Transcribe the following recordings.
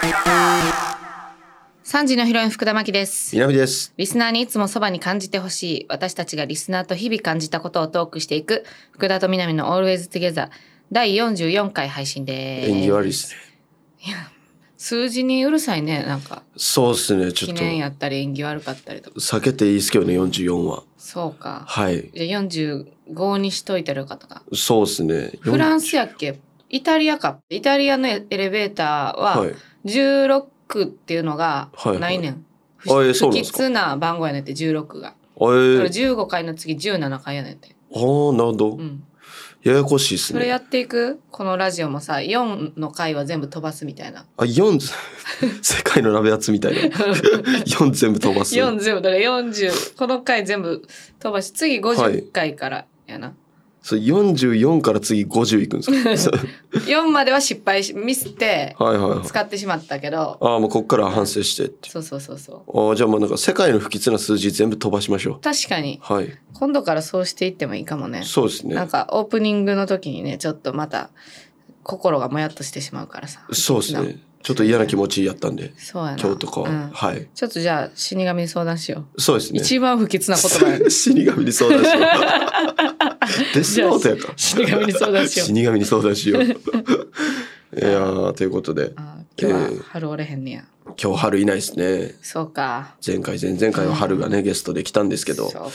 3時のヒロイン福田真希です。 南です。 リスナーにいつもそばに感じてほしい、私たちがリスナーと日々感じたことをトークしていく福田と南の Always Together 第44回配信です。 縁起悪いですね。 いや、数字にうるさいね。なんかそうですね。ちょっと記念やったり縁起悪かったりとか避けていいですけどね。44は。 そうか。 はい。 じゃあ45にしといたらよかったか。 そうですね。 フランスやっけ、イタリアか。イタリアのエレベーターは16っていうのがないねん。不吉な番号やねんって16が。だから15回の次17回やねんって。 ああ、なるほど。うん。ややこしいですね。 それやっていく。このラジオもさ、4の回は全部飛ばすみたいな。 あ、4世界の鍋やつみたいな。4全部飛ばす。 4全部だから40この回全部飛ばし、次50回からやな。 そう44から次50いくんですか。 4までは失敗ミスって使ってしまったけど、 ああ、もうこっから反省してって。 そう。 ああ、じゃあもうなんか世界の不吉な数字全部飛ばしましょう。 確かに。 はい。 今度からそうしていってもいいかもね。 そうですね。 なんかオープニングの時にね、ちょっとまた心がもやっとしてしまうからさ。 そうですね。ちょっと嫌な気持ちやったんで。 そうやな。 今日とかは、はい。 ちょっとじゃあ死神に相談しよう。そうですね。 一番不吉な言葉や。 死神に相談しよう。デスノートやか。 死神に相談しよう。 死神に相談しよう。いやということで。 今日は春おれへんねや。 今日春いないですね。 そうか。 前々回は春がね、ゲストで来たんですけど。 そうか。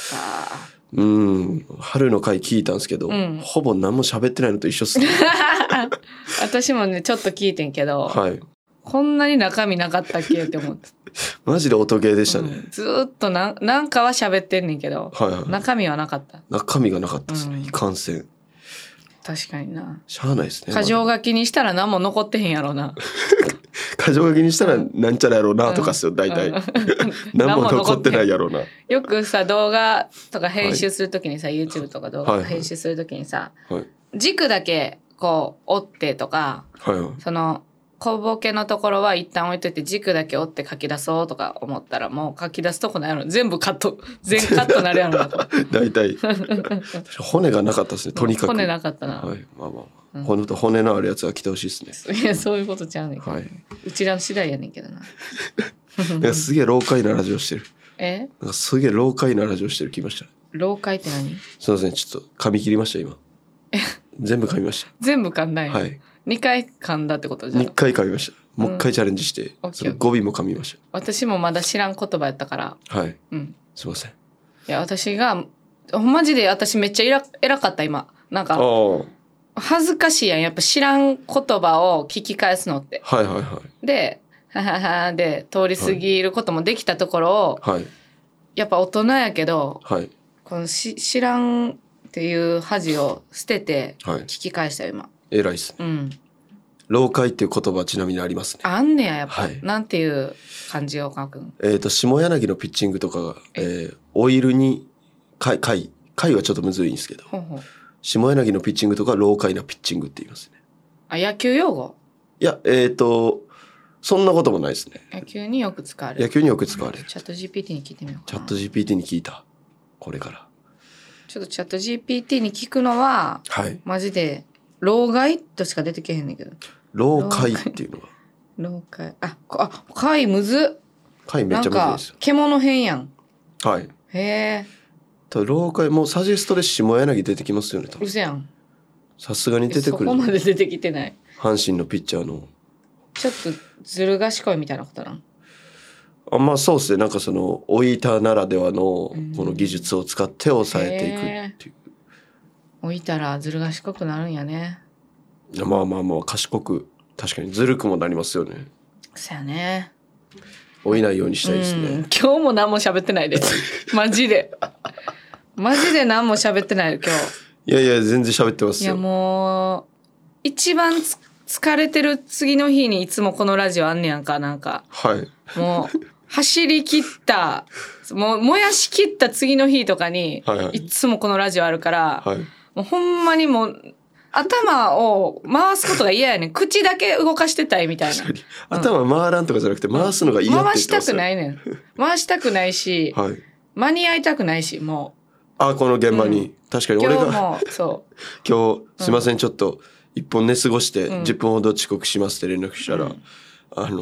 春の回聞いたんですけど、ほぼ何も喋ってないのと一緒っすね。 私もねちょっと聞いてんけど、 はい、 こんなに中身なかったっけって思って。 マジで音ゲーでしたね。 ずっとなんかは喋ってんねんけど、中身はなかった。 中身がなかったですね。いかんせん。 確かにな。 しゃあないですね。 箇条書きにしたら何も残ってへんやろうな。 箇条書きにしたらなんちゃらやろうなとかっすよ、大体。何も残ってないやろうな。 よくさ、動画とか編集するときにさ、YouTube とか動画編集するときにさ、軸だけこう折ってとか、その小ボケのところは一旦置いといて軸だけ折って書き出そうとか思ったら、もう書き出すとこないやろ。全部カットなるやろな。 大体。骨がなかったですね、とにかく。 骨なかったな。 はい、まあ。骨のあるやつは来てほしいですね。 いや、そういうことちゃうねんけど、うちらの次第やねんけどな。 なんかすげえ老快なラジオしてる。なんかすげえ老快なラジオしてる気ました。 老快って何？ すいません、ちょっと噛み切りました今。全部噛みました。 全部噛んだんや。 はい。 2回噛んだってことじゃん。 2回噛みました。もう1回チャレンジして、その語尾も噛みました。 私もまだ知らん言葉やったから。 はい。すいません。いや、私がマジで私めっちゃ偉かった今。なんか恥ずかしいやん。やっぱ知らん言葉を聞き返すのって。で、はははで通り過ぎることもできたところを、やっぱ大人やけど、この知らんっていう恥を捨てて聞き返したよ今。 偉いっすね。老快っていう言葉はちなみにありますね。 あんねや、やっぱ。なんていう漢字を書くん？ 下柳のピッチングとかが、オイルに貝はちょっとむずいんですけど、下柳のピッチングとか老快なピッチングって言いますね。 あ、野球用語？ いや、そんなこともないですね。 野球によく使われる。 チャット GPT に聞いてみようかな。 チャット GPT に聞いた。これから。 ちょっとチャット GPT に聞くのは、マジで老害としか出てけへんねんけど。 老快っていうのは。 老快。貝むず。 貝めっちゃむずいですよ。 獣編やん。 はい。 へえ。 老快もうサジェストで下柳出てきますよね。 うせやん。 さすがに出てくる。 そこまで出てきてない。 阪神のピッチャーの。 ちょっとずる賢いみたいなことなん？ まあそうですね。なんかそのオイタならではのこの技術を使って抑えていくっていう。 置いたらずる賢くなるんやね。 まあ賢く確かにずるくもなりますよね。 そうやね。 老いないようにしたいですね。 今日も何も喋ってないです。マジで何も喋ってないよ今日。いや全然喋ってますよ。 いやもう一番疲れてる次の日にいつもこのラジオあんねやんか。なんか、もう走り切ったもう燃やし切った次の日とかに、いつもこのラジオあるから、もうほんまにもう頭を回すことが嫌やねん。口だけ動かしてたいみたいな。 確かに頭回らんとかじゃなくて回すのが嫌って言ってますよ。 回したくないねん。回したくないし、間に合いたくないし、もうこの現場に、確かに俺が今日すいません、ちょっと1本寝過ごして10分ほど遅刻しますって連絡したら、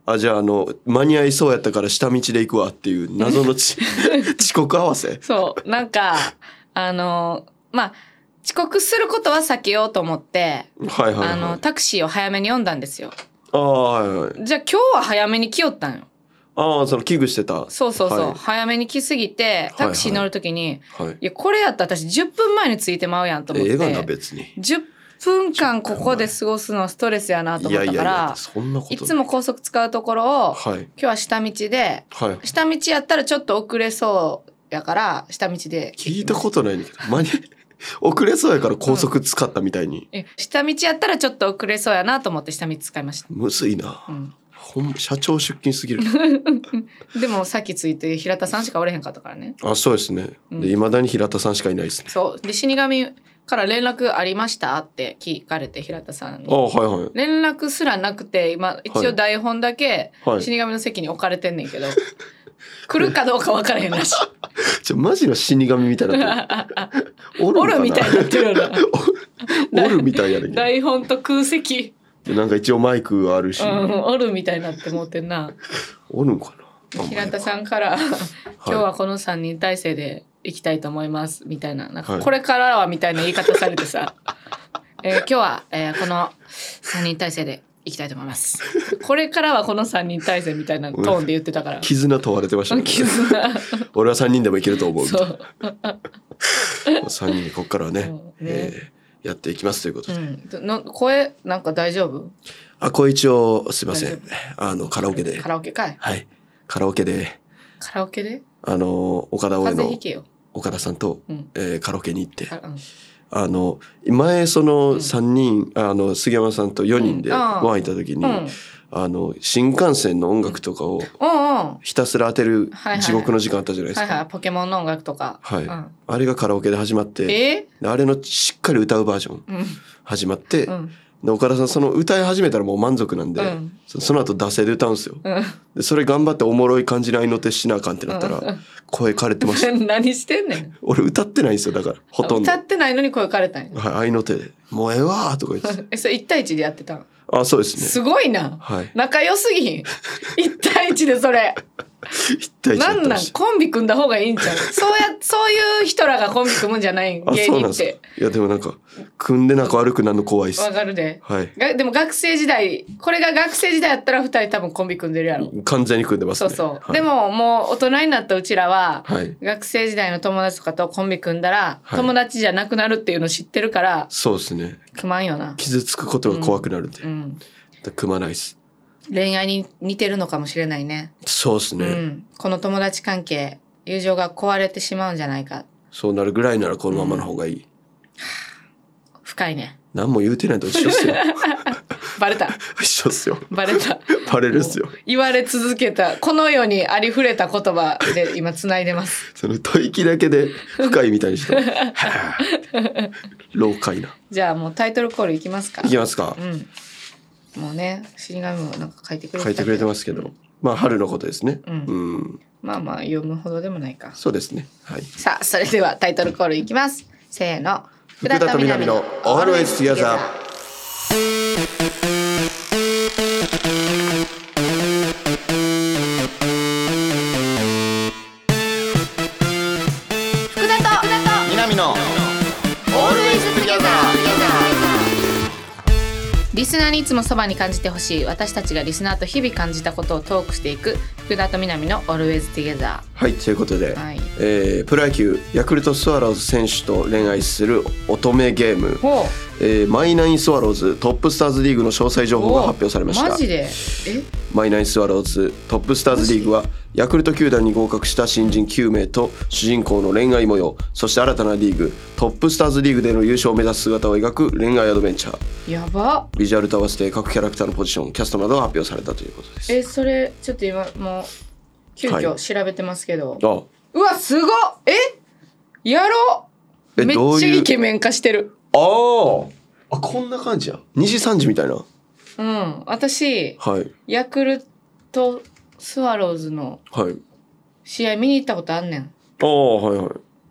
あ、じゃあ間に合いそうやったから下道で行くわっていう謎の遅刻合わせ。 そうなんかまあ遅刻することは避けようと思って、 はいはいはい、 タクシーを早めに呼んだんですよ。 ああ、はいはい。 じゃあ今日は早めに来よったんよ。 ああ、その危惧してた。 そうそうそう、 はい、 早めに来すぎてタクシー乗るときに、 はいはい、 いやこれやったら私10分前に着いてまうやんと思って。 がな別に 10分間ここで過ごすのはストレスやなと思ったから、いつも高速使うところを、はい、今日は下道で、はい、下道やったらちょっと遅れそうやから下道で。 聞いたことないんだけど遅れそうやから高速使ったみたいに、 下道やったらちょっと遅れそうやなと思って下道使いました。 むずいな、社長出勤すぎるでもさっきついて平田さんしかおれへんかったからね。 あ、そうですね。で未だに平田さんしかいないですね。 そうで、死神から連絡ありましたって聞かれて、平田さんに。 はいはい、 連絡すらなくて今一応台本だけ死神の席に置かれてんねんけど、来るかどうか分からへんらしい。 マジの死神みたいなおるみたいになってるよな。 おるみたいやねん。 台本と空席なんか一応マイクあるし、 おるみたいになって思ってんな。 おるんかな。 平田さんから今日はこの3人体制で行きたいと思いますみたいな、なんかこれからはみたいな言い方されてさ、今日は、この3人体制で行きたいと思います。これからはこの3人体制みたいなトーンで言ってたから。 絆問われてましたね。絆。俺は3人でもいけると思うみたいな。3人でこっからはね、やっていきますということで。声なんか大丈夫？ あ、声一応すいません。カラオケで。 カラオケかい。 はい。カラオケで。 カラオケで？ 岡田俺の岡田さんと、カラオケに行って。前その3人、杉山さんと4人でご飯行った時に、新幹線の音楽とかをひたすら当てる地獄の時間あったじゃないですか。 ポケモンの音楽とか。 はい。あれがカラオケで始まって、あれのしっかり歌うバージョン始まって、で岡田さんその歌い始めたらもう満足なんで、その後惰性で歌うんですよ。でそれ頑張っておもろい感じの合いの手しなあかんってなったら声枯れてました。 何してんねん。 俺歌ってないんですよ、だからほとんど。 歌ってないのに声枯れたんや。 はい、合いの手でもうええわーとか言って。 それ1対1でやってたん？ あ、そうですね。 すごいな。 はい。 仲良すぎん。1対1でそれ。 1対1 なんコンビ組んだ方がいいんちゃう？そういう人らがコンビ組むんじゃないん？芸人って。 いやでもなんか組んで仲悪くなるの怖いっす。 わかるで。 はい。 でも学生時代、これが学生時代やったら2人多分コンビ組んでるやろ。 完全に組んでますね。 そうそう。はい、でももう大人になったうちらは、学生時代の友達とかとコンビ組んだら、友達じゃなくなるっていうの知ってるから。 そうですね。 組まんよな。 傷つくことが怖くなるんで。組まないっす。 恋愛に似てるのかもしれないね。 そうですね、 この友達関係、友情が壊れてしまうんじゃないか。 そうなるぐらいならこのままの方がいい。 深いね。 何も言うてないと一緒っすよ。 バレた。 一緒っすよ。 バレた。 バレるっすよ。 言われ続けたこの世にありふれた言葉で今つないでます。 その吐息だけで深いみたいにして。老快な。 じゃあもうタイトルコールいきますか。 いきますか。 もうね、死神もなんか書いてくれてますけど、まあ春のことですね。 まあまあ読むほどでもないか。 そうですね。はい。 さあそれではタイトルコールいきます。せーの。 福田と南の Always Together。 福田と南の Always Together。リスナーにいつもそばに感じてほしい、私たちがリスナーと日々感じたことをトークしていく福田と南の Always Together。 はいということで、プロ野球ヤクルトスワローズ選手と恋愛する乙女ゲーム、マイナインスワローズトップスターズリーグの詳細情報が発表されました。 マジで？ マイナインスワローズトップスターズリーグはヤクルト球団に合格した新人9名と主人公の恋愛模様、そして新たなリーグトップスターズリーグでの優勝を目指す姿を描く恋愛アドベンチャー。 やば。 ビジュアルと合わせて各キャラクターのポジション、キャストなどが発表されたということです。 それちょっと今もう急遽調べてますけど、 はい、 うわすごっ。やろう。めっちゃイケメン化してる。 こんな感じや。2時3時みたいな。 私、ヤクルトスワローズの試合見に行ったことあんねん。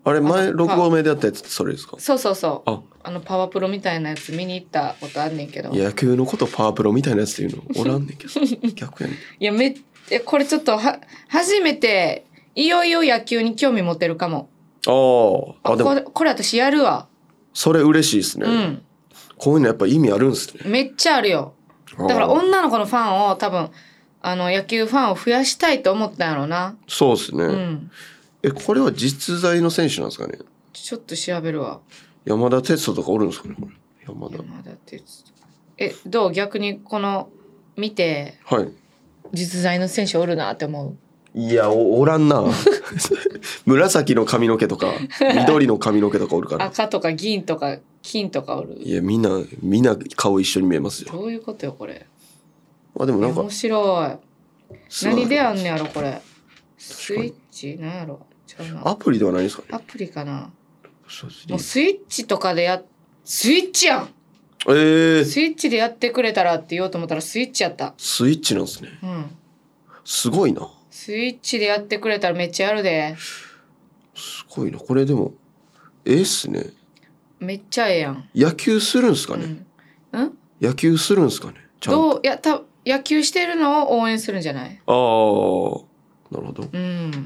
あれ前6合目でやったやつってそれですか？ そうそうそう。パワプロみたいなやつ見に行ったことあんねんけど。 野球のことパワプロみたいなやつっていうのおらんねんけど逆やねん。 いやこれちょっと初めていよいよ野球に興味持てるかも。でもこれ私やるわ。 それ嬉しいですね、うん、こういうのやっぱ意味あるんですね。 めっちゃあるよ。だから女の子のファンを多分野球ファンを増やしたいと思ったんやろうな。 そうですね、うん、これは実在の選手なんですかね？ ちょっと調べるわ。 山田哲人とかおるんですかね？これ山田哲人。どう？逆にこの見て、はい、実在の選手おるなって思う？ いや おらんな紫の髪の毛とか緑の髪の毛とかおるから赤とか銀とか金とかおる。 いやみんな顔一緒に見えますよ。 どういうことよこれ。 でもなんか面白い。何であんねやろこれ。スイッチなんやろ。 アプリではないですかね？ アプリかな。もうスイッチとかでスイッチやん。スイッチでやってくれたらって言おうと思ったらスイッチやった。 スイッチなんですね。うん。すごいな。 スイッチでやってくれたらめっちゃやるで。 すごいな。これでもっすね。 めっちゃええやん。 野球するんすかね？うん？野球するんすかね？ 野球してるのを応援するんじゃない？なるほど。うん。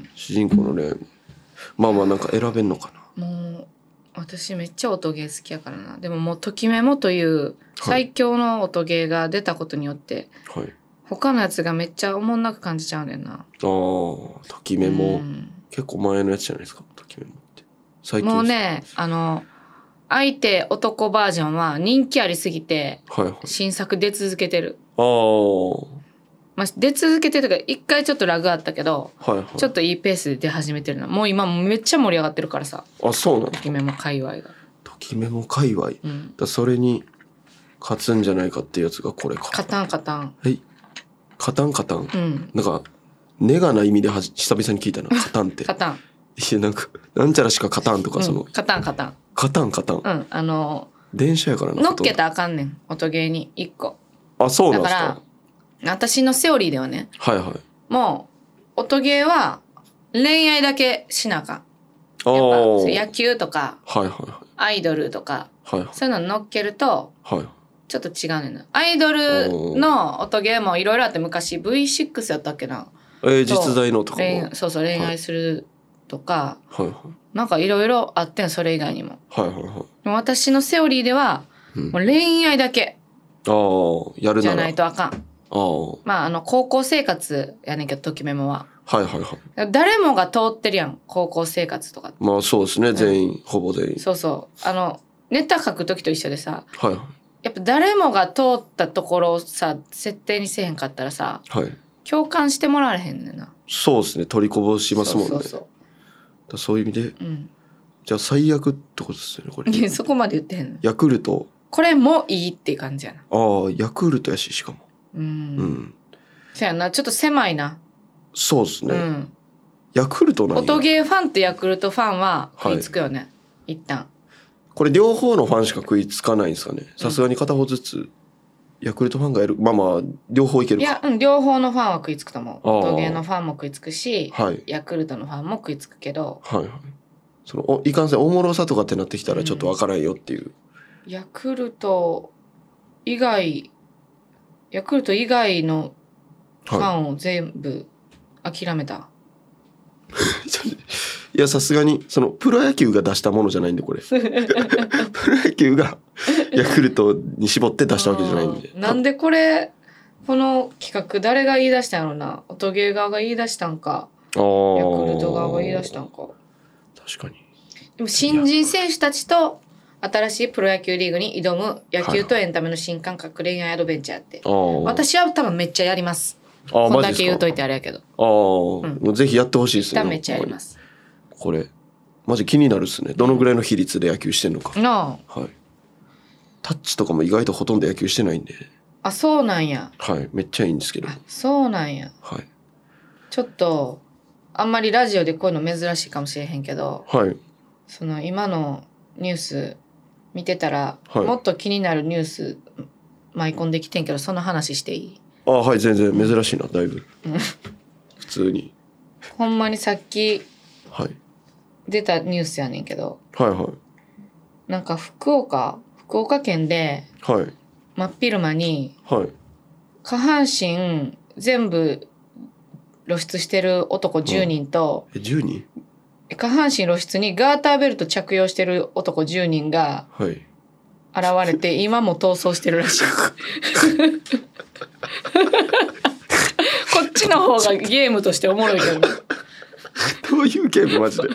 主人公のね、まあなんか選べんのかな。もう私めっちゃ音ゲー好きやからな。でももうときメモという最強の音ゲーが出たことによって、はい、他のやつがめっちゃおもんなく感じちゃうねんな。 ときメモ、結構前のやつじゃないですか。ときメモって最近もうね相手男バージョンは人気ありすぎて、はいはい、新作出続けてる。出続けてるとか一回ちょっとラグあったけど、はいはい、ちょっといいペースで出始めてるな。もう今めっちゃ盛り上がってるからさ。 そうなんだ。 ときメモ界隈が。 ときメモ界隈、うん、それに勝つんじゃないかっていうやつがこれか。 カタン。 はい。カタン、うん、なんかネガな意味で久々に聞いたな。カタンってカタン。いやなんちゃらしかカタンとか、 カタン。 うん電車やからな。 乗っけたらあかんねん音ゲーに1個。 そうなんですか。 だから私のセオリーではね、 はいはい、 もう音ゲーは恋愛だけしなあかん。やっぱ野球とか、はいはいはい、アイドルとか、はいはい、そういうの乗っけると、はい、ちょっと違うねんな。アイドルの音ゲーもいろいろあって、昔 V6 やったっけな。 実在のとかもそう恋愛するとか、はいはい、なんかいろいろあってん、それ以外にも。はいはいはい、でも私のセオリーでは、もう恋愛だけやるならじゃないとあかん。まあ高校生活やねんけど、ときメモは。はいはいはい。誰もが通ってるやん、高校生活とか。 まあそうですね、全員、ほぼ全員。 そうそう。ネタ書くときと一緒でさ、はいはい、やっぱ誰もが通ったところをさ、設定にせえへんかったらさ、はい、共感してもらえへんねんな。 そうですね、取りこぼしますもんね。そういう意味で、うん、じゃあ最悪ってことですよね、これ。 いや、そこまで言ってへんの。 ヤクルト。 これもいいっていう感じやな。 ヤクルトやしかも。うん。 そやな、ちょっと狭いな。 そうですね。うん、ヤクルトなんや。 音ゲーファンとヤクルトファンは食いつくよね、はい、一旦。 これ両方のファンしか食いつかないんですかね。さすがに片方ずつヤクルトファンがやる。まあ両方いけるか。 いや、両方のファンは食いつくと思う。音ゲーのファンも食いつくし、はい、ヤクルトのファンも食いつくけど、はいはい、いかんせんおもろさとかってなってきたらちょっとわからんよっていう。 ヤクルト以外のファンを全部諦めた。はいいやさすがにプロ野球が出したものじゃないんでこれプロ野球がヤクルトに絞って出したわけじゃないんで。 なんでこの企画誰が言い出したんやろな。音ゲー側が言い出したんか、ヤクルト側が言い出したんか。 確かに。 でも新人選手たちと新しいプロ野球リーグに挑む野球とエンタメの新感覚恋愛アドベンチャーって、私は多分めっちゃやります。こんだけ言うといてあれやけど。 もうぜひやってほしいですね。 めっちゃやります。 これマジ気になるっすね。どのぐらいの比率で野球してんのか。はい。タッチとかも意外とほとんど野球してないんで。 そうなんや。 はい、めっちゃいいんですけど。 そうなんや。はい。ちょっとあんまりラジオでこういうの珍しいかもしれへんけど、はい。今のニュース見てたら、はい、もっと気になるニュース舞い込んできてんけど、その話していい？ はい、全然珍しいな、だいぶ。普通に。 ほんまにさっき、 はい、 出たニュースやねんけど、 はいはい。 なんか福岡県で、 はい。 真っ昼間に、 はい。 下半身全部露出してる男10人と、 10人？ 下半身露出にガーターベルト着用してる男10人が現れて、今も逃走してるらしい。こっちの方がゲームとしておもろいけど。 どういうゲームマジで。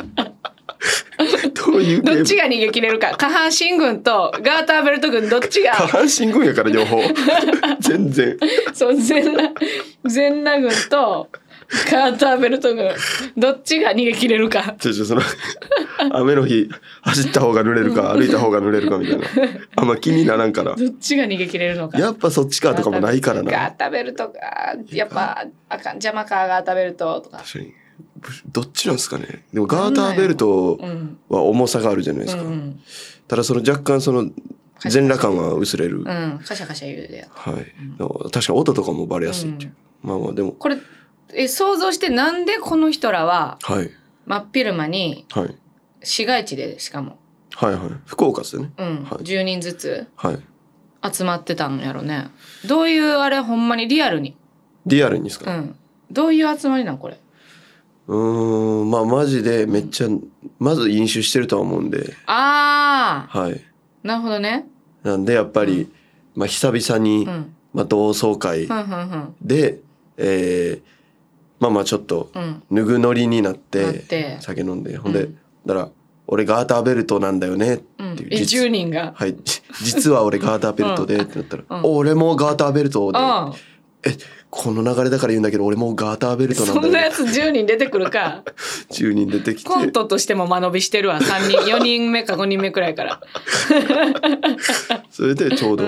どういうゲーム。 どっちが逃げ切れるか。下半身軍とガーターベルト軍どっちが。 下半身軍やから両方。全然。 そう全裸軍とガーターベルト軍どっちが逃げ切れるか。 その雨の日走った方が濡れるか歩いた方が濡れるかみたいな。あんま気にならんから。 どっちが逃げ切れるのか。 やっぱそっちかとかもないからな。 ガーターベルトがやっぱあかん邪魔かガーターベルトとか。 確かに。どっちなんですかね。でもガーターベルトは重さがあるじゃないですか。ただその若干その全裸感は薄れる。 カシャカシャ言うでや。 はい。確かに音とかもバレやすいっていう。まあまあでも。 これ想像してなんでこの人らは真っ昼間に市街地でしかも。 はいはい。福岡ですよね。 10人ずつ集まってたんやろね。どういうあれほんまにリアルに。 リアルにですか。 どういう集まりなんこれ。 まあマジでめっちゃまず飲酒してるとは思うんで。 はい。なるほどね。 なんでやっぱり、まあ久々に、まあ同窓会で、まあまあちょっとぬぐのりになって酒飲んで、ほんでだから俺ガーターベルトなんだよねっていう。 10人が。 はい。実は俺ガーターベルトでってなったら、俺もガーターベルトで。この流れだから言うんだけど俺もうガーターベルトなんだよ。 そんなやつ10人出てくるか。 10人出てきてコントとしても間延びしてるわ。3人4人目か5人目くらいから。 それでちょうど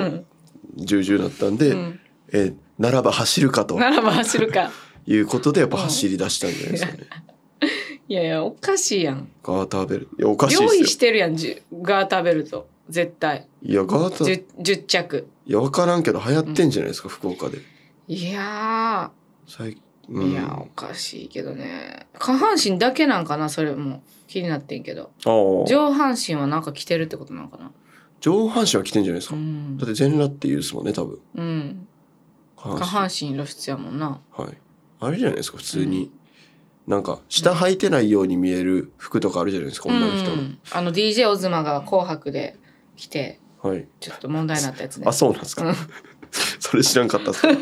10だったんで、ならば走るかということでやっぱ走り出したんじゃないですかね。 いやいやおかしいやん。 ガーターベルト。いやおかしいですよ。 用意してるやんガーターベルト絶対。 いやガーター 10着。 いや分からんけど流行ってんじゃないですか、福岡で。 いやいやおかしいけどね。下半身だけなんかな。それも気になってんけど、上半身はなんか着てるってことなのかな。 上半身は着てんじゃないですか、だって全裸って言うですもんね多分。下半身露出やもんな。 はい。あれじゃないですか普通に、なんか下履いてないように見える服とかあるじゃないですか、女の人の。 DJ オズマが紅白で着て、ちょっと問題になったやつね。 あ、そうなんですか。それ知らんかったっす。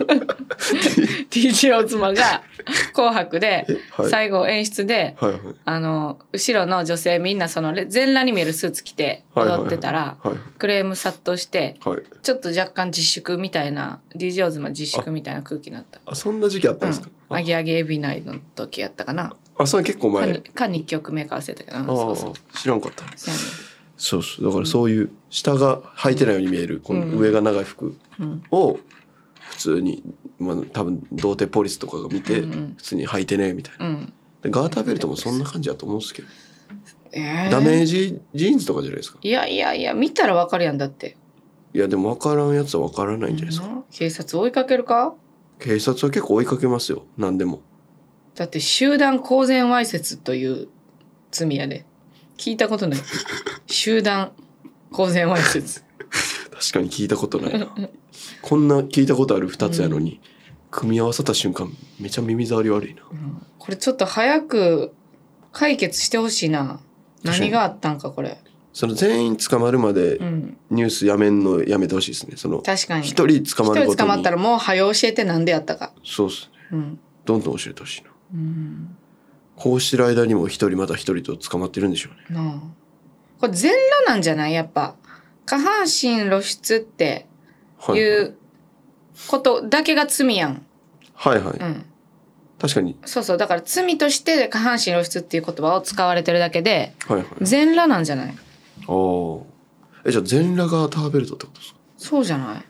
DJ オズマが紅白で最後演出で、後ろの女性みんなその全裸に見えるスーツ着て踊ってたらクレーム殺到して、ちょっと若干自粛みたいな DJ オズマ自粛みたいな空気になった。 あ、そんな時期あったんですか。 アギアギエビナイの時やったかな。 あ、それ結構前か2曲目か忘れたけど。 知らんかった。そうそう。だからそういう下が履いてないように見えるこの上が長い服を普通に、まあ、多分童貞ポリスとかが見て普通に履いてねみたいな、でガーターベルトもそんな感じだと思うんですけど、ダメージジーンズとかじゃないですか。 いや見たら分かるやん。だっていやでも分からんやつは分からないんじゃないですか、 警察追いかけるか。 警察は結構追いかけますよ何でも。 だって集団公然わいせつという罪やで。聞いたことない。集団公然わいせつ。 確かに聞いたことないな。こんな聞いたことある2つやのに、組み合わさった瞬間めちゃ耳障り悪いな、 これちょっと早く解決してほしいな。何があったんかこれ。 その全員捕まるまでニュースやめてほしいですね。その確かに一人捕まることに。 一人捕まったらもう早教えてなんでやったか。 そうっすね、どんどん教えてほしいな。こうしてる間にも一人また一人と捕まってるんでしょうね。 これ全裸なんじゃない。やっぱ下半身露出っていうことだけが罪やん。確かに。そうだから罪として下半身露出っていう言葉を使われてるだけで、全裸なんじゃない。 じゃあ全裸がターベルトってことですか。そうじゃない。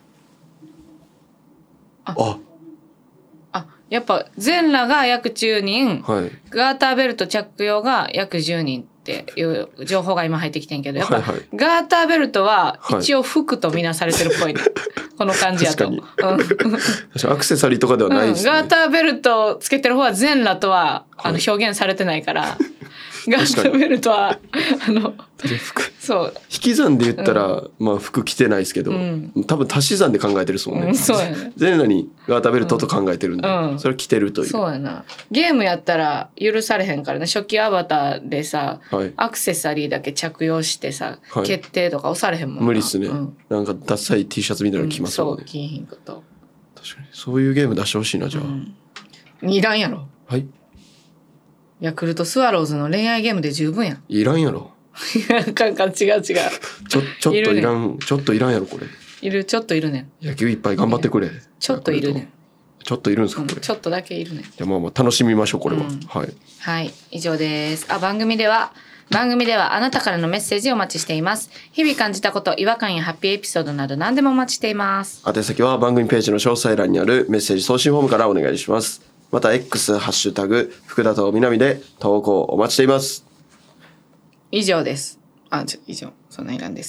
やっぱ全裸が約10人、ガーターベルト着用が約10人っていう情報が今入ってきてんけど、やっぱガーターベルトは一応服とみなされてるっぽいね、この感じやと。確かにアクセサリーとかではないですね、 ガーターベルトつけてる方は全裸とは表現されてないからガンダベルトは服そう引き算で言ったら、まあ服着てないですけど、多分足し算で考えてるっすもんね。 そうやね。 全裸にガンダベルトと考えてるんで、それ着てるという。 そうやな。ゲームやったら許されへんからね。初期アバターでさ、アクセサリーだけ着用してさ、決定とか押されへんもんな。 無理っすね。なんかダサい T シャツみたいなの着ますもんね。 そう着ひんこと。 確かにそういうゲーム出してほしいなじゃあ。 いらんやろ。 はい。 ヤクルトスワローズの恋愛ゲームで十分やん。 いらんやろ。 なんか違う。ちょっといらん、ちょっといらんやろこれ。 ちょっといるねん。 野球いっぱい頑張ってくれ。 ちょっといるねん。 ちょっといるんですかこれ。 ちょっとだけいるねん。 じゃあまあ楽しみましょうこれは。はい。 はい、以上です。番組ではあなたからのメッセージをお待ちしています。日々感じたこと、違和感やハッピーエピソードなど何でもお待ちしています。 宛先は番組ページの詳細欄にあるメッセージ送信フォームからお願いします。また X ハッシュタグ福田と南で投稿お待ちしています。 以上です。以上そんないらんです。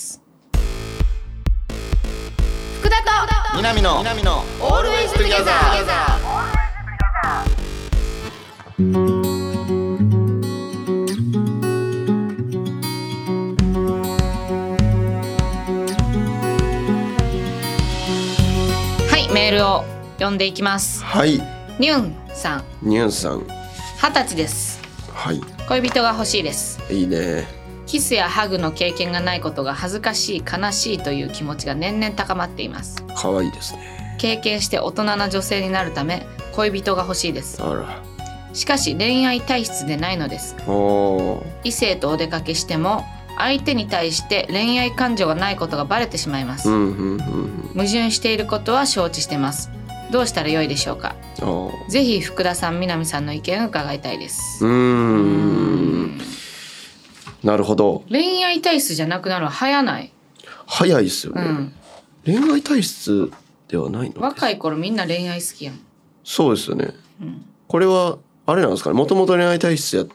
福田と南のオールウェイズトゥギャザー。メールを読んでいきます。 はい。 ニュンさん。 20 歳です。 はい。 恋人が欲しいです。 いいね。 キスやハグの経験がないことが恥ずかしい、悲しいという気持ちが年々高まっています。 可愛いですね。 経験して大人な女性になるため恋人が欲しいです。 あら。 しかし恋愛体質でないのです。異性とお出かけしても相手に対して恋愛感情がないことがバレてしまいます。矛盾していることは承知してます。どうしたらよいでしょうか。ぜひ福田さん、南さんの意見を伺いたいです。 なるほど。 恋愛体質じゃなくなるのは早ない？ 早いですよね、恋愛体質ではないの。 若い頃みんな恋愛好きやん。 そうですよね、これはあれなんですかね、もともと恋愛体質やって、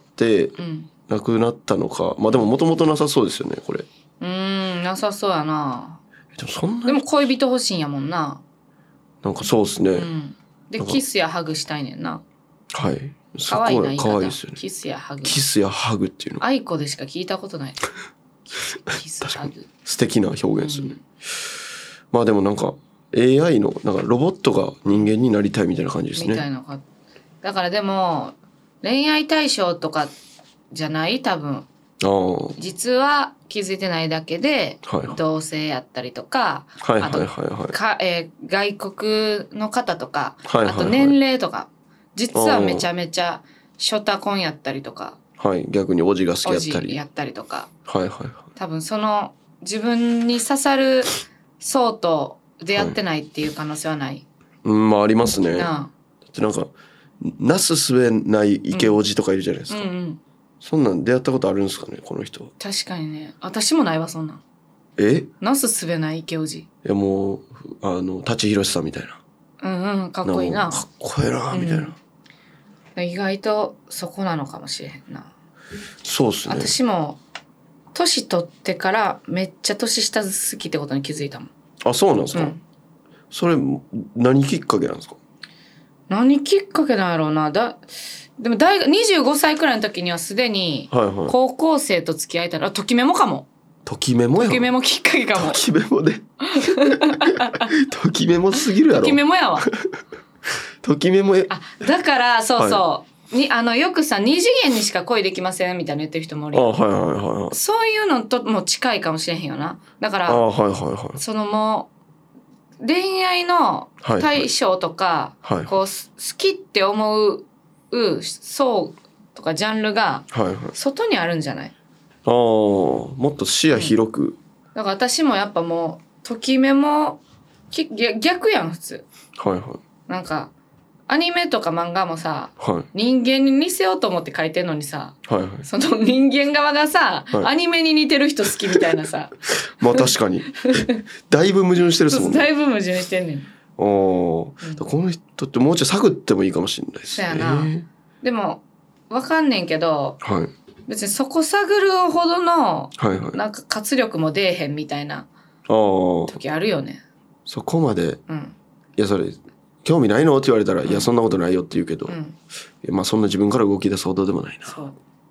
なくなったのか。まあでももともとなさそうですよねこれ。 なさそうやな。 でも恋人欲しいんやもんな。 なんかそうですね、 でキスやハグしたいねんな。 はい、 可愛いな言い方。 可愛いですよね。 キスやハグっていうのアイコでしか聞いたことない。キスハグ素敵な表現ですよね、まあでもなんか AI のなんかロボットが人間になりたいみたいな感じですね。 みたいなか。だからでも恋愛対象とかじゃない多分。実は気づいてないだけで、同性やったりとか、あと外国の方とか、あと年齢とか、実はめちゃめちゃショタコンやったりとか、 逆にオジが好きやったりとか、 多分その自分に刺さる層と出会ってないっていう可能性はない。 まあありますね。だってなんかなすすべないイケオジとかいるじゃないですか。そんなん出会ったことあるんですかねこの人。 確かにね。私もないわそんなん。なすすべないイケオジ。いやもう舘ひろしさんみたいな。 かっこいいな。 かっこいいなみたいな、 意外とそこなのかもしれへんな。 そうっすね。 私も年取ってからめっちゃ年下好きってことに気づいたもん。 あ、そうなんですか、それ何きっかけなんですか。 何きっかけなんやろうな。でも25歳くらいの時にはすでに高校生と付き合いたら、ときメモかも。 ときメモや。 ときメモきっかけかも。 ときメモでときメモすぎるやろ。 ときメモやわ。 ときメモだからそうそう、よくさ2次元にしか恋できませんみたいな言ってる人もおる。そういうのとも近いかもしれへんよな。だからそのもう恋愛の対象とか、こう好きって思う層とかジャンルが外にあるんじゃない？ もっと視野広く、 だから私もやっぱもうときめも逆やん普通。なんかアニメとか漫画もさ、人間に似せようと思って書いてんのにさ、その人間側がさ、アニメに似てる人好きみたいなさまあ確かにだいぶ矛盾してるっすもんね。 だいぶ矛盾してんねん。 この人ってもうちょい探ってもいいかもしれないですね。 そうやな。でも分かんねんけど、別にそこ探るほどのなんか活力も出えへんみたいな時あるよね。 そこまで、いやそれ興味ないのって言われたら、いやそんなことないよって言うけど、まあそんな自分から動き出すほどでもないな。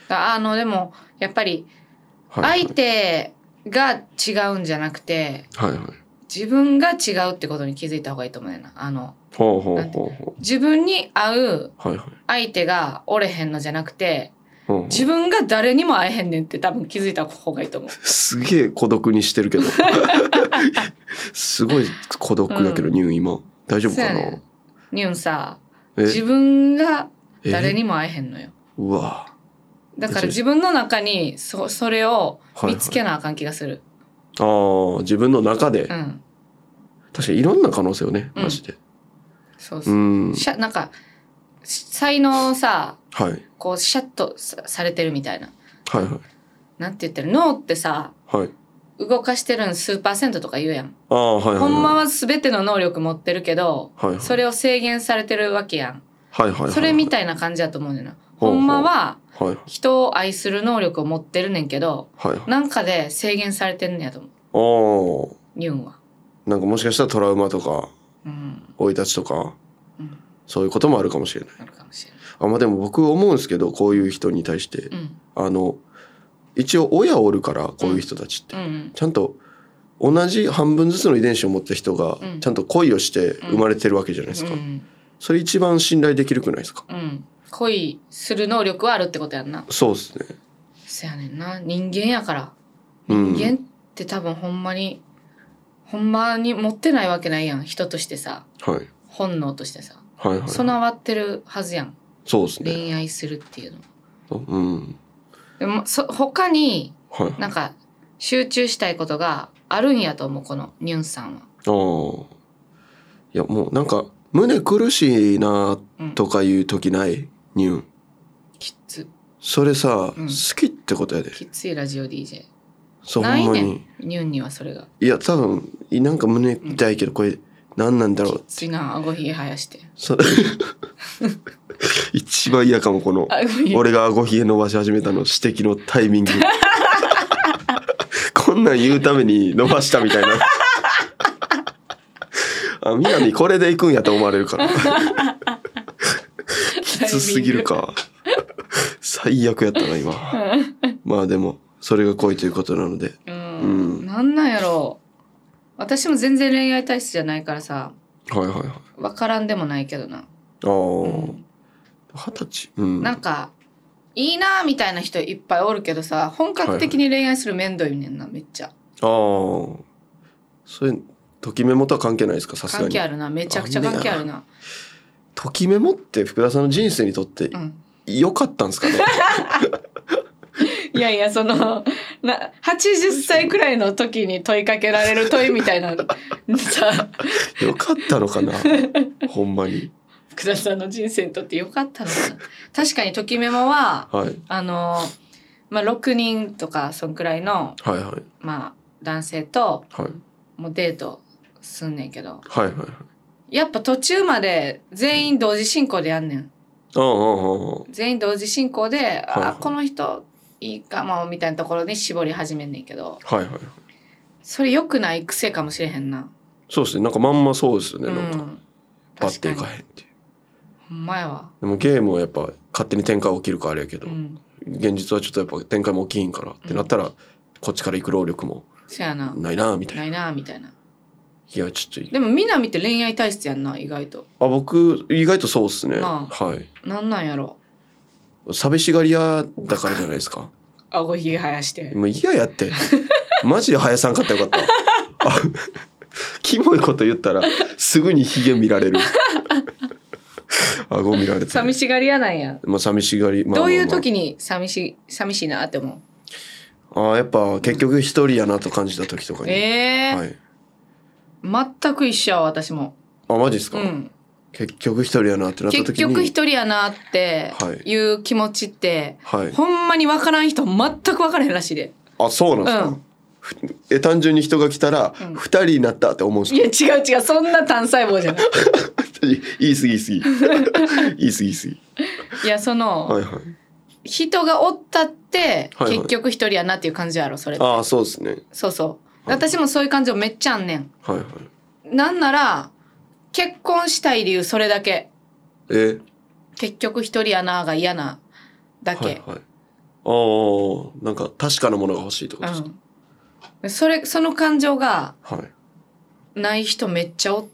でもやっぱり相手が違うんじゃなくて、はいはい、自分が違うってことに気づいた方がいいと思うねんな。自分に合う相手がおれへんのじゃなくて、自分が誰にも会えへんねんって多分気づいた方がいいと思う。 すげえ孤独にしてるけどすごい孤独だけど、ニュン今大丈夫かな。 ニュンさ、自分が誰にも会えへんのよ。 うわ。 だから自分の中にそれを見つけなあかん気がする。 ああ、自分の中で、確かにいろんな可能性をね、マジで。 そうそう。なんか才能さ、こうシャッとされてるみたいな。はいはい。なんて言ってる、脳ってさ、動かしてるの数%とか言うやん。ほんまは全ての能力持ってるけど、それを制限されてるわけやん。それみたいな感じだと思うねんな。ほんまは人を愛する能力を持ってるねんけど、なんかで制限されてんねやと思う。ニュンは。 なんかもしかしたらトラウマとか生い立ちとか、そういうこともあるかもしれない。まあでも僕思うんですけど、こういう人に対して、一応親おるから、こういう人たちって、ちゃんと同じ半分ずつの遺伝子を持った人がちゃんと恋をして生まれてるわけじゃないですか。それ一番信頼できるくないですか。 恋する能力はあるってことやんな。 そうですね。 そやねんな。人間やから。人間って多分ほんまに持ってないわけないやん。人としてさ。本能としてさ。備わってるはずやん。 そうですね。 恋愛するっていうの。でも他になんか集中したいことがあるんやと思う、このニュンさんは。 いやもうなんか胸苦しいなとかいう時ない、ニュン。 きつ。 それさ、好きってことやで。 きついラジオ DJ。 そうほんまに。 ニュンにはそれが。 いや多分なんか胸痛いけど、これ何なんだろう。 きついな、顎ひげ生やして。 一番嫌かも、この俺が顎ひげ伸ばし始めたの指摘のタイミングこんなん言うために伸ばしたみたいな南これで行くんやと思われるからきつすぎるか最悪やったな今まあでもそれが恋ということなので、 なんなんやろう。私も全然恋愛体質じゃないからさ、分からんでもないけどな。 20歳、 なんかいいなみたいな人いっぱいおるけどさ、本格的に恋愛する面倒いねんな、めっちゃ。 それときメモとは関係ないですか。さすがに関係あるな、めちゃくちゃ関係あるな。 ときメモって福田さんの人生にとって良かったんですかねいやいや、その80歳くらいの時に問いかけられる問いみたいなさ良かったのかなほんまに福田さんの人生にとって良かったのかな。確かにときメモは、6人とかそんくらいの、男性と、もうデートすんねんけど、やっぱ途中まで全員同時進行でやんねん。全員同時進行で、この人いいかもみたいなところに絞り始めんねんけど、それ良くない癖かもしれへんな。 そうですね。なんかまんまそうですよね。なんかパッていかへんっていう。 ほんまやわ。 でもゲームはやっぱ勝手に展開起きるからあれやけど、現実はちょっとやっぱ展開も起きひんからってなったら、こっちから行く労力もないなみたいな。 ないなみたいな。 いやちょっと。 でも南って恋愛体質やんな、意外と。 僕意外とそうっすね。 なんなんやろ。 寂しがり屋だからじゃないですか。 顎ひげ生やして。 もう嫌やってマジで生やさんかったらよかったキモいこと言ったらすぐにヒゲ見られる顎見られて、 寂しがり屋なんや。 寂しがり、 どういう時に寂しいなって思う。やっぱ結局一人やなと感じた時とかに。 全く一緒や私も。 マジですか。結局一人やなってなった時に、 結局一人やなっていう気持ちって、ほんまに分からん人全く分からへんらしいで。 そうなんですか。単純に人が来たら二人になったって思うんですか。 いや違う、そんな単細胞じゃない言い過ぎいやその、人がおったって結局一人やなっていう感じやろ、それって。 そうですね。 そう私もそういう感情めっちゃあんねん。なんなら結婚したい理由それだけ。結局一人やなが嫌なだけ。 なんか確かなものが欲しいってことですか？ その感情がない人めっちゃおって、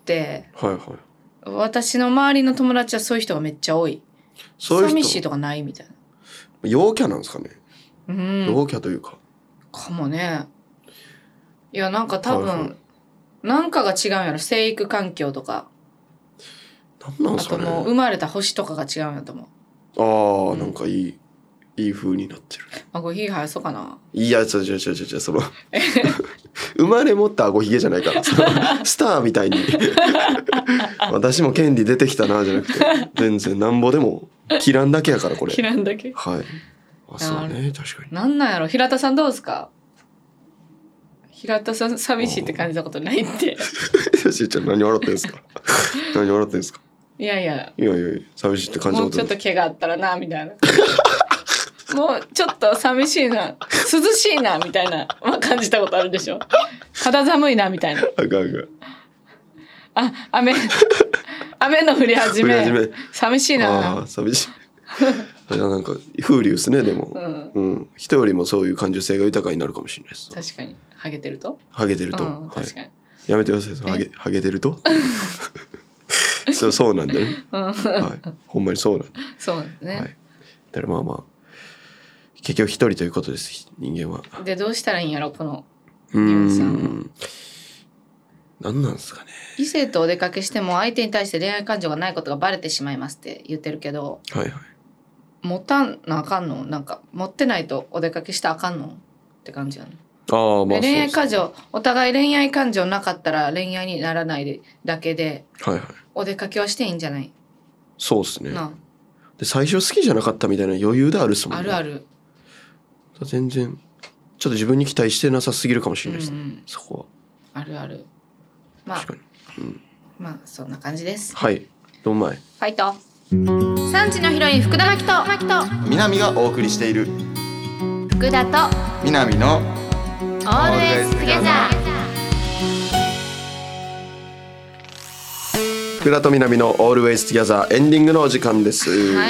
はいはい、私の周りの友達はそういう人がめっちゃ多い。そういう人寂しいとかないみたいな。 陽キャなんですかね。陽キャというか。 かもね。いやなんか多分、はいはい、なんかが違うんやろ。生育環境とか。 なんなんですかね。 あともう生まれた星とかが違うんやと思う。なんかいい風になってる。 顎ひげ生やそうかな。 いやその生まれ持った顎ひげじゃないからスターみたいに私も権利出てきたなじゃなくて、全然なんぼでも切らんだけやからこれ。 切らんだけ。 はい。そうね、確かに。 なんなんやろ。平田さんどうですか？平田さん寂しいって感じたことないって。 しーちゃん何笑ってんすか？何笑ってんすか？ いや寂しいって感じたことない。 もうちょっと毛があったらなみたいな。もうちょっと寂しいな、涼しいなみたいな、感じたことあるでしょ。肌寒いなみたいな。雨の降り始め寂しいな。 寂しい。なんか風流ですね。でも、人よりもそういう感受性が豊かになるかもしれないです。 確かに。ハゲてると、 確かに。やめてください。ハゲてるとそうなんだよね。ほんまにそうなんだ。 そうなんですね。 だからまあ結局一人ということです、人間は。 でどうしたらいいんやろこの何なんですかね。 異性とお出かけしても相手に対して恋愛感情がないことがバレてしまいますって言ってるけど、持たなあかんの？なんか持ってないとお出かけしたらあかんのって感じやね。恋愛感情、お互い恋愛感情なかったら恋愛にならないだけで、お出かけはしていいんじゃない？ そうですね。で最初好きじゃなかったみたいな余裕であるっすもんね。 ある。 全然ちょっと自分に期待してなさすぎるかもしれないです、そこは。ある。確かに。そんな感じです。 はい。どんまい。 ファイト。3時のヒロイン福田真希と南がお送りしている福田と南のオールウェイズトゥゲザー。福田と南のオールウェイズトゥゲザーエンディングのお時間です。はい。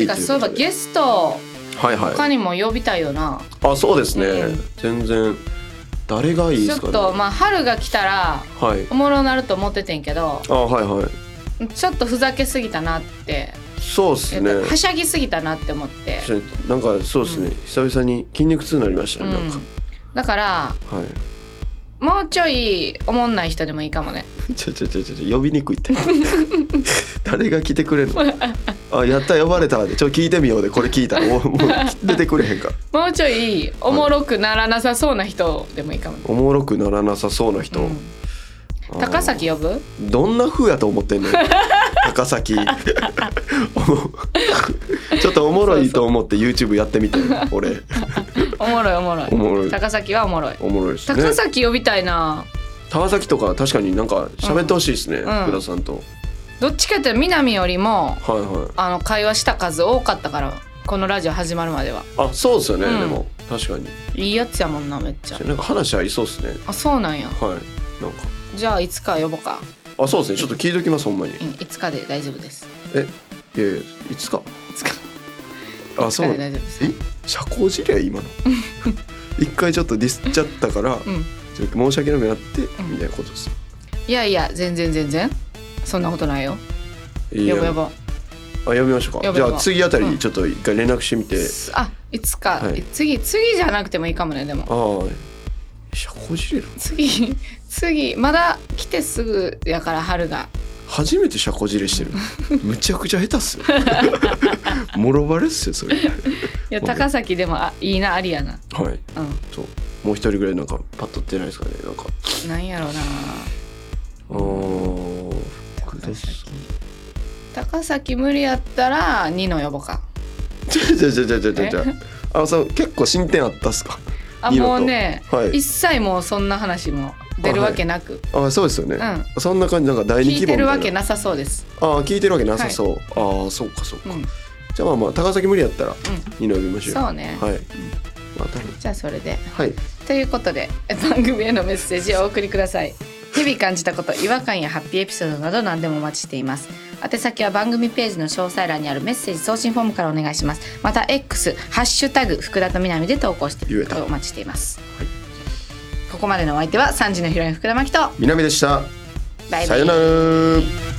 そういえばゲスト他にも呼びたいよな。 そうですね。全然誰がいいですかね。 ちょっと春が来たらおもろなると思っててんけど、ちょっとふざけすぎたなって。 そうですね。 はしゃぎすぎたなって思って。 なんかそうですね。久々に筋肉痛になりましたね。なんかだからもうちょいおもんない人でもいいかもね。 呼びにくいって誰が来てくれんの？やった呼ばれたで聞いてみようでこれ聞いたらもう出てくれへんか。 もうちょいおもろくならなさそうな人でもいいかもね。 おもろくならなさそうな人、 高崎呼ぶ？ どんな風やと思ってんの高崎ちょっとおもろいと思って YouTube やってみて俺おもろい。高崎はおもろいですね。高崎呼びたいな。 高崎とか確かになんか喋ってほしいですね、福田さんと。 どっちかっていうと南よりも、会話した数多かったからこのラジオ始まるまでは。 そうですよね、でも確かにいいやつやもんなめっちゃ。 なんか話ありそうですね。 そうなんや。 なんかじゃあいつか呼ぼうか。 そうですね。ちょっと聞いときますほんまに。 いつかで大丈夫です。 いやいつかそう。大丈夫です。社交辞令今の一回ちょっとディスっちゃったから、申し訳なくなってみたいなことです。 いや全然そんなことないよ。呼ぼ呼びましょうか。じゃあ次あたりちょっと一回連絡してみて、 いつか、次じゃなくてもいいかもね。でも社交辞令次まだ来てすぐやから。春が初めて社交辞令してるむちゃくちゃ下手っすよもろバレっすよそれ。いや高崎でもいいな、ありやな。 そうもう一人ぐらいなんかパッと出ないですかね。 なんやろうな。高崎無理やったらニノ呼ぼうか。 結構進展あったっすか？ もうね、一切もうそんな話も出るわけなく。 そうですよね。そんな感じ。なんか第二希望みたいな。聞いてるわけなさそうです。 聞いてるわけなさそう。そうか。じゃあ高崎無理やったらニノ呼びましょう。 そうね。じゃあそれで。ということで番組へのメッセージをお送りください。日々感じたこと、違和感やハッピーエピソードなど何でもお待ちしています。 宛先は番組ページの詳細欄にあるメッセージ送信フォームからお願いします。また X ハッシュタグ福田と南で投稿してお待ちしています。はい、ここまでのお相手は3時のヒロイン福田真希と南でした。 バイバイ。 さよなら。